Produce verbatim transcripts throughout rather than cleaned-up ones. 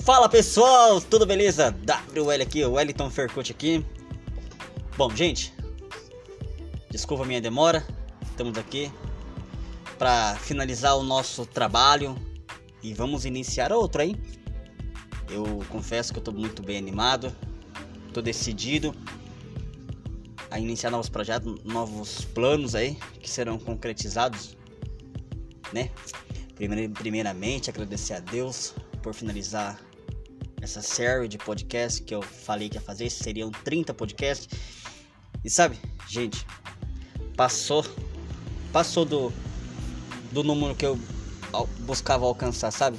Fala pessoal, tudo beleza? W L aqui, o Wellington Fercut aqui. Bom, gente, desculpa a minha demora. Estamos aqui para finalizar o nosso trabalho e vamos iniciar outro, hein? Eu confesso que eu estou muito bem animado, estou decidido a iniciar novos projetos, novos planos aí que serão concretizados, né? Primeiramente, agradecer a Deus por finalizar essa série de podcasts que eu falei que ia fazer. Seriam trinta podcasts. E sabe, gente, passou passou do, do número que eu buscava alcançar, sabe?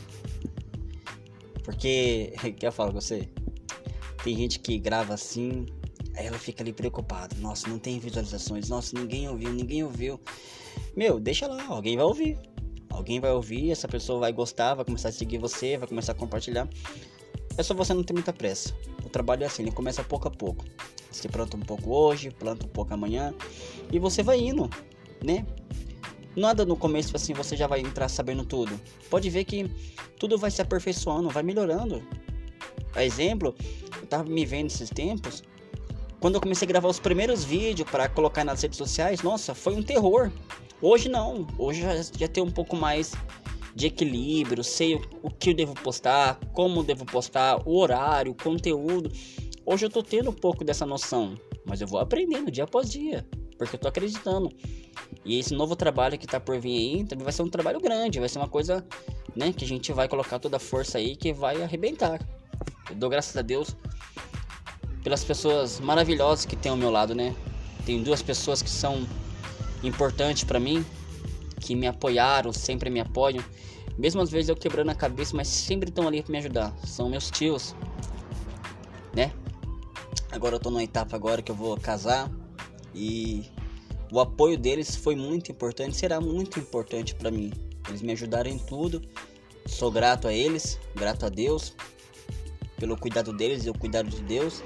Porque, quer falar com você? Tem gente que grava assim, aí ela fica ali preocupada. Nossa, não tem visualizações. Nossa, ninguém ouviu, ninguém ouviu. Meu, deixa lá, alguém vai ouvir. Alguém vai ouvir, essa pessoa vai gostar, vai começar a seguir você, vai começar a compartilhar. É só você não ter muita pressa. O trabalho é assim, ele começa pouco a pouco. Você planta um pouco hoje, planta um pouco amanhã e você vai indo, né? Nada no começo assim, você já vai entrar sabendo tudo. Pode ver que tudo vai se aperfeiçoando, vai melhorando. A exemplo, eu tava me vendo esses tempos, quando eu comecei a gravar os primeiros vídeos para colocar nas redes sociais, nossa, foi um terror. Hoje não, hoje já, já tem um pouco mais de equilíbrio, sei o, o que eu devo postar, como eu devo postar, o horário, o conteúdo. Hoje eu tô tendo um pouco dessa noção, mas eu vou aprendendo dia após dia, porque eu tô acreditando. E esse novo trabalho que tá por vir aí também vai ser um trabalho grande, vai ser uma coisa, né, que a gente vai colocar toda a força aí, que vai arrebentar. Eu dou graças a Deus pelas pessoas maravilhosas que tem ao meu lado, né? Tem duas pessoas que são importantes pra mim, que me apoiaram, sempre me apoiam, mesmo às vezes eu quebrando a cabeça, mas sempre estão ali para me ajudar. São meus tios, né? Agora eu tô numa etapa agora que eu vou casar e o apoio deles foi muito importante, será muito importante para mim. Eles me ajudaram em tudo. Sou grato a eles, grato a Deus pelo cuidado deles e o cuidado de Deus.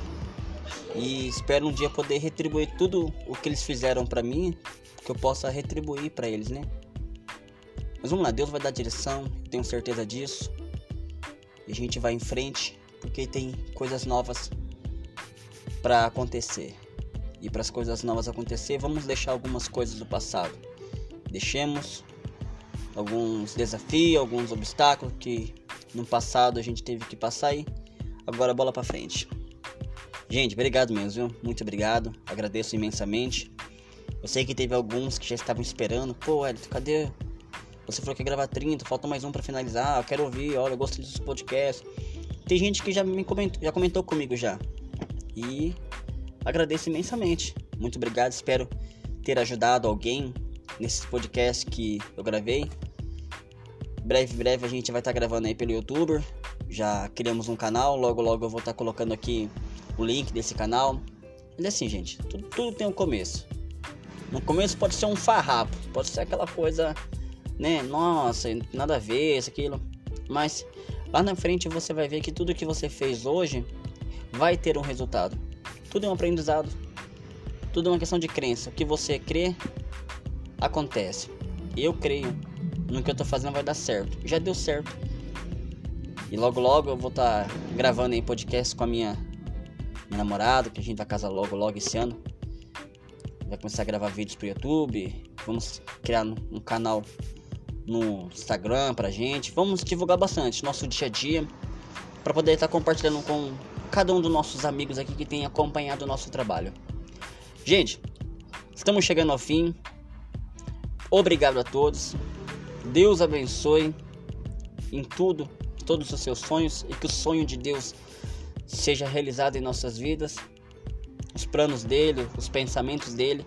E espero um dia poder retribuir tudo o que eles fizeram para mim, que eu possa retribuir para eles, né? Mas vamos lá, Deus vai dar direção, tenho certeza disso. E a gente vai em frente, porque tem coisas novas para acontecer. E para as coisas novas acontecer, vamos deixar algumas coisas do passado. Deixemos alguns desafios, alguns obstáculos que no passado a gente teve que passar aí. Agora bola para frente. Gente, obrigado mesmo, viu? Muito obrigado, agradeço imensamente. Eu sei que teve alguns que já estavam esperando. Pô, Elton, cadê? Você falou que ia gravar trinta, falta mais um pra finalizar. Eu quero ouvir, olha, eu gosto desse podcast. Tem gente que já me comentou, já comentou comigo já. E agradeço imensamente. Muito obrigado, espero ter ajudado alguém nesse podcast que eu gravei. Breve, breve a gente vai estar gravando aí pelo YouTube. Já criamos um canal, logo, logo eu vou estar colocando aqui o link desse canal. Mas assim, gente, tudo, tudo tem um começo. No começo pode ser um farrapo, pode ser aquela coisa, né, nossa, nada a ver, isso, aquilo. Mas lá na frente você vai ver que tudo que você fez hoje vai ter um resultado. Tudo é um aprendizado, tudo é uma questão de crença. O que você crê, acontece. Eu creio no que eu tô fazendo vai dar certo. Já deu certo. E logo logo eu vou estar tá gravando aí podcast com a minha, minha namorada, que a gente vai casar logo logo esse ano. Vai começar a gravar vídeos pro YouTube. Vamos criar um canal no Instagram pra gente. Vamos divulgar bastante nosso dia a dia, para poder estar compartilhando com cada um dos nossos amigos aqui que tem acompanhado o nosso trabalho. Gente, estamos chegando ao fim. Obrigado a todos. Deus abençoe em tudo, todos os seus sonhos, e que o sonho de Deus seja realizado em nossas vidas. Os planos dele, os pensamentos dele,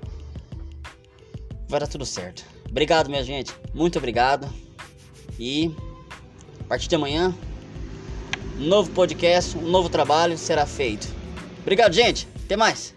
vai dar tudo certo. Obrigado, minha gente, muito obrigado. E a partir de amanhã, um novo podcast, um novo trabalho será feito. Obrigado, gente, até mais.